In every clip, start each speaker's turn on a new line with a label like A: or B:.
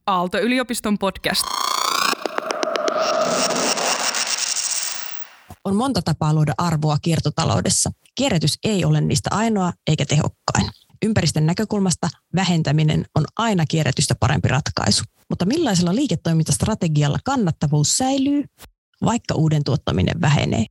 A: Aalto-yliopiston podcast.
B: On monta tapaa luoda arvoa kiertotaloudessa. Kierrätys ei ole niistä ainoa eikä tehokkain. Ympäristön näkökulmasta vähentäminen on aina kierrätystä parempi ratkaisu. Mutta millaisella liiketoimintastrategialla kannattavuus säilyy, vaikka uuden tuottaminen vähenee?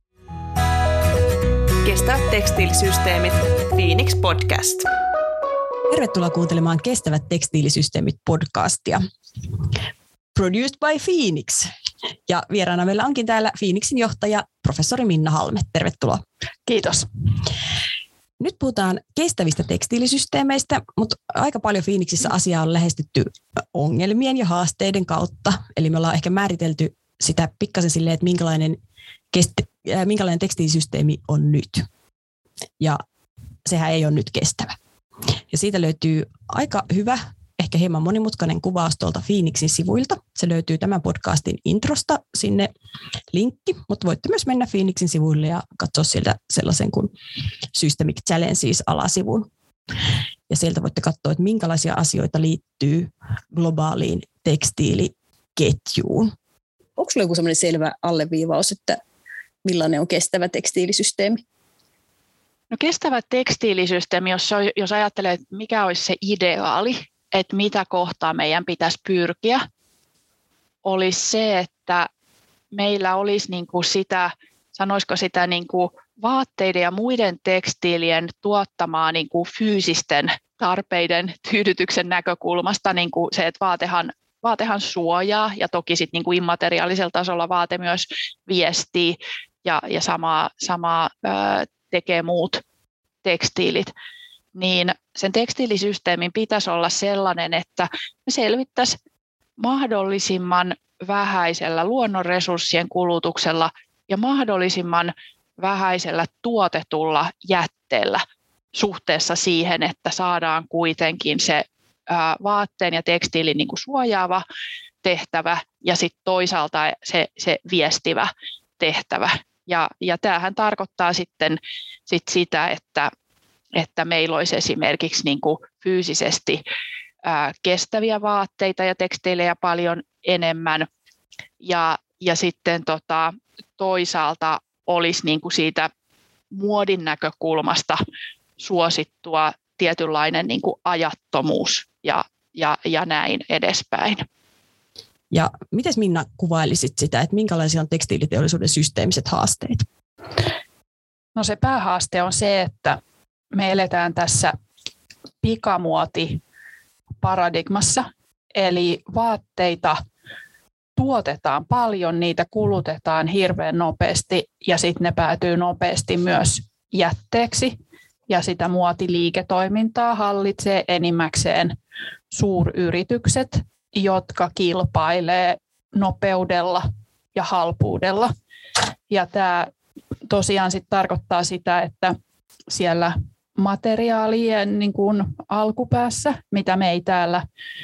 A: Kestävät tekstiilisysteemit. Phoenix Podcast.
B: Tervetuloa kuuntelemaan Kestävät tekstiilisysteemit podcastia. Produced by Phoenix. Ja vieraana meillä onkin täällä Phoenixin johtaja, professori Minna Halme. Tervetuloa.
C: Kiitos.
B: Nyt puhutaan kestävistä tekstiilisysteemeistä, mutta aika paljon Phoenixissa asiaa on lähestytty ongelmien ja haasteiden kautta. Eli me ollaan ehkä määritelty sitä pikkasen silleen, että minkälainen tekstiilisysteemi on nyt. Ja sehän ei ole nyt kestävä. Ja siitä löytyy aika hyvä, ehkä hieman monimutkainen kuvaus tuolta Phoenixin sivuilta. Se löytyy tämän podcastin introsta sinne linkki, mutta voitte myös mennä Phoenixin sivuille ja katsoa sieltä sellaisen kuin Systemic Challenges -alasivun. Ja sieltä voitte katsoa, että minkälaisia asioita liittyy globaaliin tekstiiliketjuun.
C: Onko sinulla joku sellainen selvä alleviivaus, että millainen on kestävä tekstiilisysteemi?
D: No kestävä tekstiilisysteemi, jos ajattelee, että mikä olisi se ideaali, että mitä kohtaa meidän pitäisi pyrkiä, olisi se, että meillä olisi niin kuin sitä, sanoisiko sitä niin kuin vaatteiden ja muiden tekstiilien tuottamaa niin kuin fyysisten tarpeiden tyydytyksen näkökulmasta niin kuin se, että vaatehan suojaa ja toki sitten niin kuin immateriaalisella tasolla vaate myös viestii ja samaa tekee muut tekstiilit, niin sen tekstiilisysteemin pitäisi olla sellainen, että me selvittäisiin mahdollisimman vähäisellä luonnonresurssien kulutuksella ja mahdollisimman vähäisellä tuotetulla jätteellä suhteessa siihen, että saadaan kuitenkin se vaatteen ja tekstiilin niin kuin suojaava tehtävä ja sitten toisaalta se viestivä tehtävä. Ja tämähän tarkoittaa sitten sitä, että meillä olisi esimerkiksi niin kuin fyysisesti kestäviä vaatteita ja tekstiilejä paljon enemmän. Ja sitten toisaalta olisi niin kuin siitä muodin näkökulmasta suosittua tietynlainen niin kuin ajattomuus ja näin edespäin.
B: Ja miten Minna kuvailisit sitä, että minkälaisia on tekstiiliteollisuuden systeemiset haasteet?
C: No se päähaaste on se, että me eletään tässä pikamuotiparadigmassa, eli vaatteita tuotetaan paljon, niitä kulutetaan hirveän nopeasti ja sitten ne päätyy nopeasti myös jätteeksi. Ja sitä muotiliiketoimintaa hallitsee enimmäkseen suuryritykset, jotka kilpailee nopeudella ja halpuudella. Ja tämä tosiaan sit tarkoittaa sitä, että siellä materiaalien niin kuin alkupäässä, mitä me ei täällä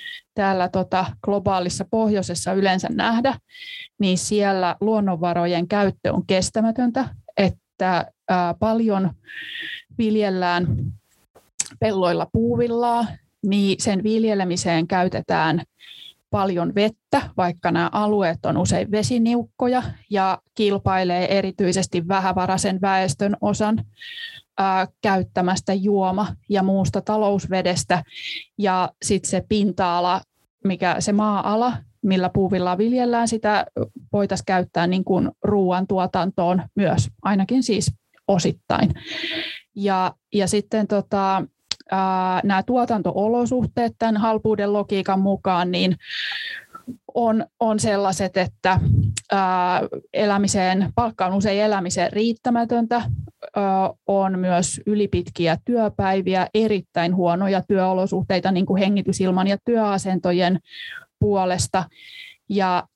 C: globaalissa pohjoisessa yleensä nähdä, niin siellä luonnonvarojen käyttö on kestämätöntä, että paljon viljellään pelloilla puuvillaa, niin sen viljelemiseen käytetään paljon vettä, vaikka nämä alueet on usein vesiniukkoja ja kilpailee erityisesti vähävaraisen väestön osan käyttämästä juoma- ja muusta talousvedestä. Ja sitten se pinta-ala, se maa-ala, millä puuvillaa viljellään, sitä voitaisiin käyttää niin kuin ruoantuotantoon myös, ainakin siis osittain. Ja sitten nämä tuotanto-olosuhteet tämän halpuuden logiikan mukaan niin on sellaiset, että palkka on usein elämiseen riittämätöntä, on myös ylipitkiä työpäiviä, erittäin huonoja työolosuhteita niin kuin hengitysilman ja työasentojen puolesta. Ja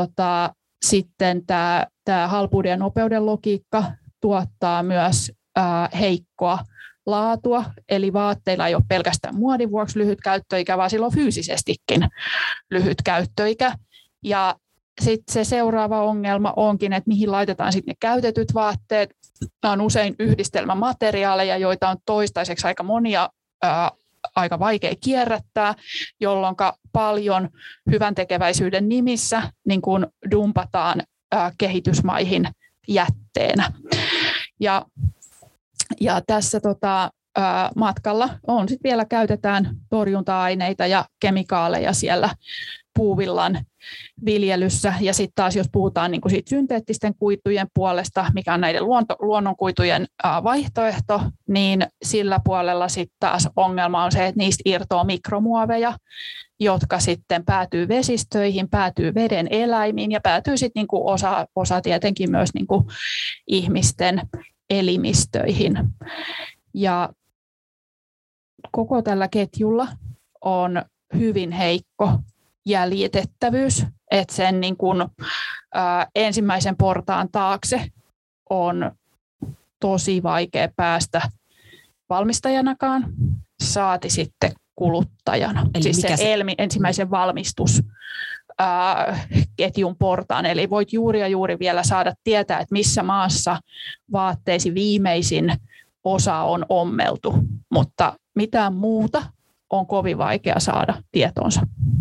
C: sitten tämä halpuuden ja nopeuden logiikka tuottaa myös heikkoa laatua, eli vaatteilla ei ole pelkästään muodin vuoksi lyhyt käyttöikä, vaan sillä on fyysisestikin lyhyt käyttöikä. Ja sitten se seuraava ongelma onkin, että mihin laitetaan sitten ne käytetyt vaatteet. Nämä on usein yhdistelmämateriaaleja, joita on toistaiseksi aika monia aika vaikea kierrättää, jolloin paljon hyvän tekeväisyyden nimissä niin kuin dumpataan kehitysmaihin jätteenä. Ja tässä matkalla on sitten vielä käytetään torjunta-aineita ja kemikaaleja siellä puuvillan viljelyssä. Ja sitten taas jos puhutaan niin kuin siitä synteettisten kuitujen puolesta, mikä on näiden luonnonkuitujen vaihtoehto, niin sillä puolella sitten taas ongelma on se, että niistä irtoaa mikromuoveja, jotka sitten päätyy vesistöihin, päätyy veden eläimiin ja päätyy sitten niin kuin osa tietenkin myös niin kuin ihmisten elimistöihin. Ja koko tällä ketjulla on hyvin heikko jäljitettävyys, että sen niin kuin, ensimmäisen portaan taakse on tosi vaikea päästä valmistajanakaan, saati sitten kuluttajana.
B: Eli
C: siis sen ensimmäisen valmistusketjun portaan. Eli voit juuri ja juuri vielä saada tietää, että missä maassa vaatteesi viimeisin osa on ommeltu, mutta mitään muuta on kovin vaikea saada tietoonsa.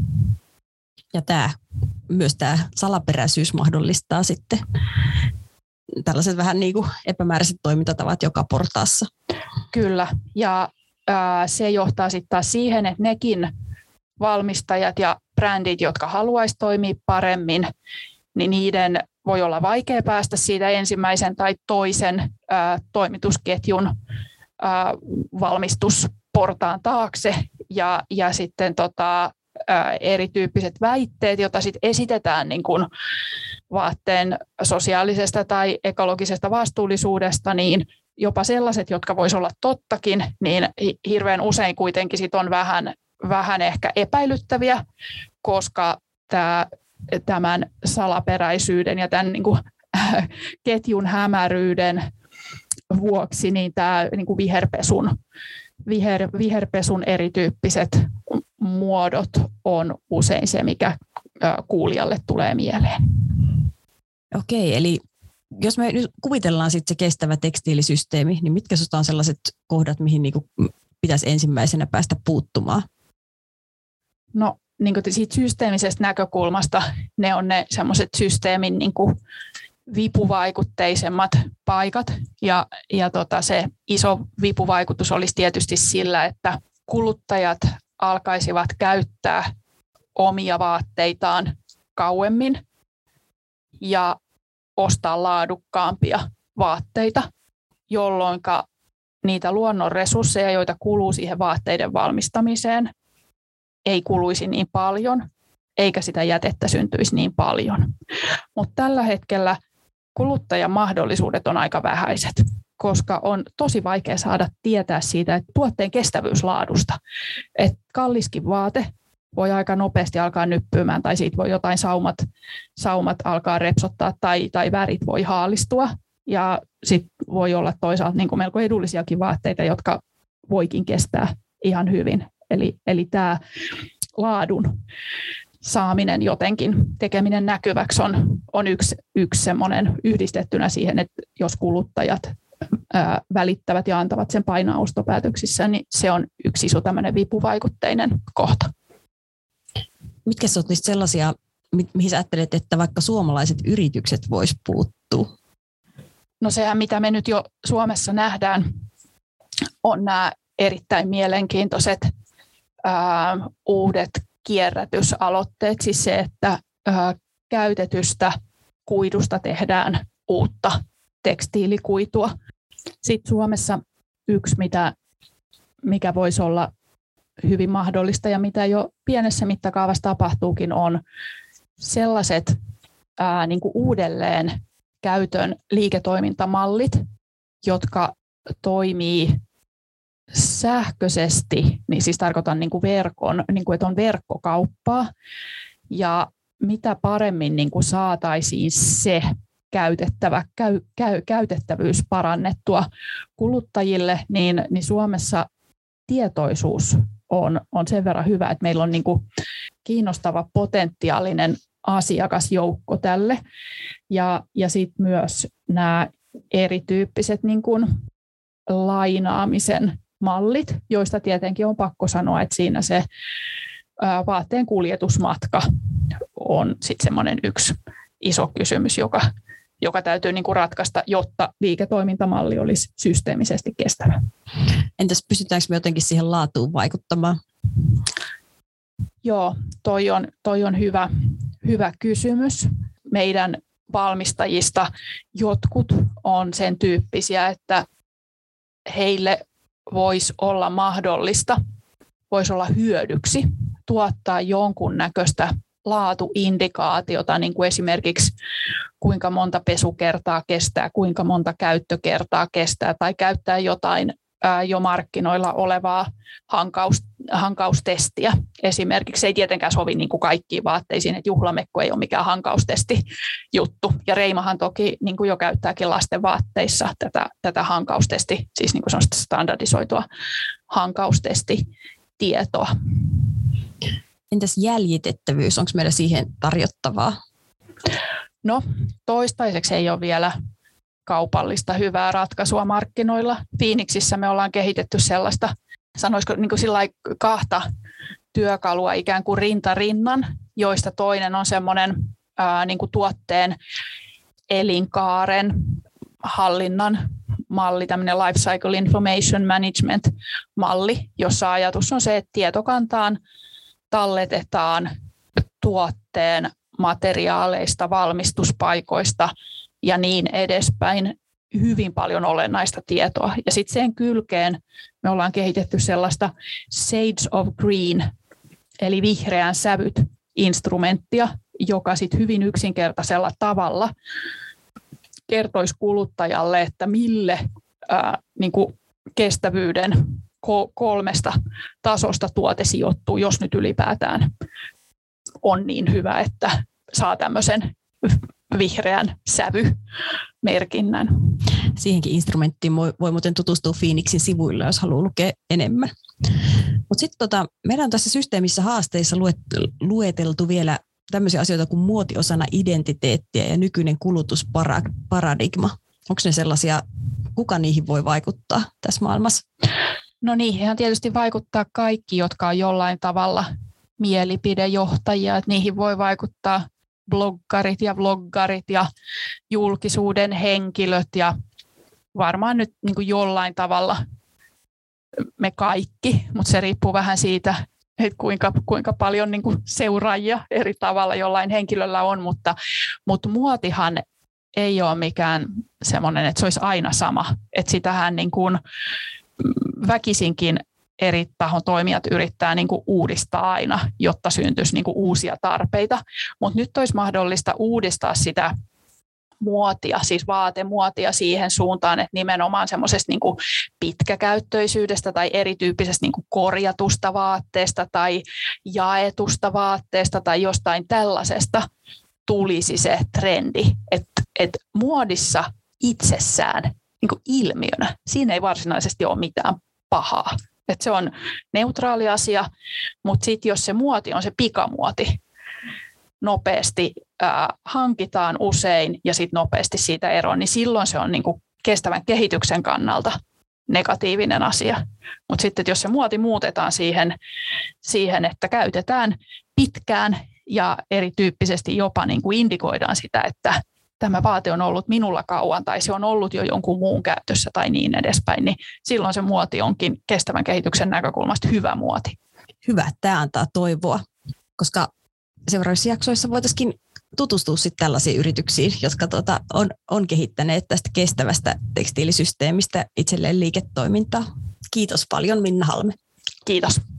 B: Ja myös tämä salaperäisyys mahdollistaa sitten tällaiset vähän niin kuin epämääräiset toimintatavat joka portaassa.
C: Kyllä, ja se johtaa sitten taas siihen, että nekin valmistajat ja brändit, jotka haluaisi toimia paremmin, niin niiden voi olla vaikea päästä siitä ensimmäisen tai toisen toimitusketjun valmistusportaan taakse ja sitten erityyppiset väitteet, joita sitten esitetään niin kuin vaatteen sosiaalisesta tai ekologisesta vastuullisuudesta, niin jopa sellaiset, jotka voisi olla tottakin, niin hirveän usein kuitenkin sit on vähän ehkä epäilyttäviä, koska tämän salaperäisyyden ja tämän niin kuin ketjun hämäryyden vuoksi niin tämä niin kuin viherpesun erityyppiset muodot on usein se, mikä kuulijalle tulee mieleen.
B: Okei, eli jos me nyt kuvitellaan sitten se kestävä tekstiilisysteemi, niin mitkä sinusta on sellaiset kohdat, mihin niinku pitäisi ensimmäisenä päästä puuttumaan?
C: No niin kuin siitä systeemisestä näkökulmasta ne on ne semmoiset systeemin niin kuin vipuvaikutteisemmat paikat ja se iso vipuvaikutus olisi tietysti sillä, että kuluttajat alkaisivat käyttää omia vaatteitaan kauemmin ja ostaa laadukkaampia vaatteita, jolloin niitä luonnon resursseja, joita kuluu siihen vaatteiden valmistamiseen, ei kuluisi niin paljon, eikä sitä jätettä syntyisi niin paljon. Mutta tällä hetkellä kuluttajan mahdollisuudet on aika vähäiset, koska on tosi vaikea saada tietää siitä, että tuotteen kestävyyslaadusta. Et kalliskin vaate voi aika nopeasti alkaa nyppymään tai siitä voi jotain saumat alkaa repsottaa tai värit voi haalistua. Ja sitten voi olla toisaalta niin kuin melko edullisiakin vaatteita, jotka voikin kestää ihan hyvin. Eli tämä laadun saaminen jotenkin, tekeminen näkyväksi on yksi semmoinen yhdistettynä siihen, että jos kuluttajat välittävät ja antavat sen painaa ostopäätöksissä, niin se on yksi iso tämmöinen vipuvaikutteinen kohta.
B: Mitkä on niistä sellaisia, mihin sä ajattelet, että vaikka suomalaiset yritykset vois puuttua?
C: No sehän, mitä me nyt jo Suomessa nähdään, on nämä erittäin mielenkiintoiset uudet kierrätysaloitteet. Siis se, että käytetystä kuidusta tehdään uutta tekstiilikuitua. Sitten Suomessa yksi, mikä voisi olla hyvin mahdollista ja mitä jo pienessä mittakaavassa tapahtuukin, on sellaiset niin kuin uudelleen käytön liiketoimintamallit, jotka toimii sähköisesti, niin siis tarkoitan niin kuin verkon, niin kuin, että on verkkokauppaa ja mitä paremmin niin kuin saataisiin se käytettävyys parannettua kuluttajille, niin Suomessa tietoisuus on sen verran hyvä, että meillä on niin kuin kiinnostava potentiaalinen asiakasjoukko tälle ja sitten myös nämä erityyppiset niin kuin lainaamisen mallit, joista tietenkin on pakko sanoa, että siinä se vaatteen kuljetusmatka on sitten semmoinen yksi iso kysymys, joka täytyy niin kuin ratkaista, jotta liiketoimintamalli olisi systeemisesti kestävä.
B: Entäs pystytäänkö me jotenkin siihen laatuun vaikuttamaan?
C: Joo, toi on hyvä kysymys. Meidän valmistajista jotkut on sen tyyppisiä, että heille voisi olla mahdollista, voisi olla hyödyksi tuottaa jonkunnäköistä laatuindikaatiota, niin kuin esimerkiksi kuinka monta pesukertaa kestää, kuinka monta käyttökertaa kestää, tai käyttää jotain jo markkinoilla olevaa hankaustestiä. Esimerkiksi se ei tietenkään sovi niin kuin kaikkiin vaatteisiin, että juhlamekko ei ole mikään hankaustesti juttu. Ja Reimahan toki niin kuin jo käyttääkin lasten vaatteissa tätä hankaustesti, siis niin kuin sellaista standardisoitua hankaustestitietoa.
B: Entäs jäljitettävyys, onko meillä siihen tarjottavaa?
C: No, toistaiseksi ei ole vielä kaupallista hyvää ratkaisua markkinoilla. Phoenixissä me ollaan kehitetty sellaista, sanoisiko niin kuin kahta työkalua ikään kuin rinta rinnan, joista toinen on semmoinen niin kuin tuotteen elinkaaren hallinnan malli, tämmöinen Life Cycle Information Management malli, jossa ajatus on se, että tietokantaan talletetaan tuotteen materiaaleista, valmistuspaikoista ja niin edespäin hyvin paljon olennaista tietoa. Ja sitten sen kylkeen me ollaan kehitetty sellaista Shades of Green, eli vihreän sävyt instrumenttia, joka sitten hyvin yksinkertaisella tavalla kertoisi kuluttajalle, että mille niin kuin kestävyyden 3 tasosta tuote sijoittuu, jos nyt ylipäätään on niin hyvä, että saa tämmöisen vihreän sävymerkinnän.
B: Siihenkin instrumenttiin voi muuten tutustua Phoenixin sivuilla, jos haluaa lukea enemmän. Mutta sitten meidän on tässä systeemissä haasteissa lueteltu vielä tämmöisiä asioita kuin muoti osana identiteettiä ja nykyinen kulutusparadigma. Onko ne sellaisia, kuka niihin voi vaikuttaa tässä maailmassa?
C: No niihin tietysti vaikuttaa kaikki, jotka on jollain tavalla mielipidejohtajia. Että niihin voi vaikuttaa bloggarit ja vloggarit ja julkisuuden henkilöt ja varmaan nyt niin kuin jollain tavalla me kaikki, mutta se riippuu vähän siitä, että kuinka paljon niin kuin seuraajia eri tavalla jollain henkilöllä on, mutta muotihan ei ole mikään semmoinen, että se olisi aina sama, että sitähän niin kuin väkisinkin eri tahon toimijat yrittää niin kuin uudistaa aina, jotta syntyisi niin kuin uusia tarpeita, mutta nyt olisi mahdollista uudistaa sitä muotia, siis vaatemuotia siihen suuntaan, että nimenomaan semmoisesta niin kuin pitkäkäyttöisyydestä tai erityyppisestä niin kuin korjatusta vaatteesta tai jaetusta vaatteesta tai jostain tällaisesta tulisi se trendi, että muodissa itsessään niin kuin ilmiönä, siinä ei varsinaisesti ole mitään pahaa. Että se on neutraali asia, mutta sitten jos se muoti on se pikamuoti, nopeasti hankitaan usein ja sitten nopeasti siitä eroon, niin silloin se on niinku kestävän kehityksen kannalta negatiivinen asia. Mutta sitten jos se muoti muutetaan siihen, että käytetään pitkään ja erityyppisesti jopa niinku indikoidaan sitä, että tämä vaate on ollut minulla kauan tai se on ollut jo jonkun muun käytössä tai niin edespäin, niin silloin se muoti onkin kestävän kehityksen näkökulmasta hyvä muoti.
B: Hyvä, tämä antaa toivoa, koska seuraavissa jaksoissa voitaisiin tutustua sitten tällaisiin yrityksiin, jotka on kehittäneet tästä kestävästä tekstiilisysteemistä itselleen liiketoimintaa. Kiitos paljon, Minna Halme.
C: Kiitos.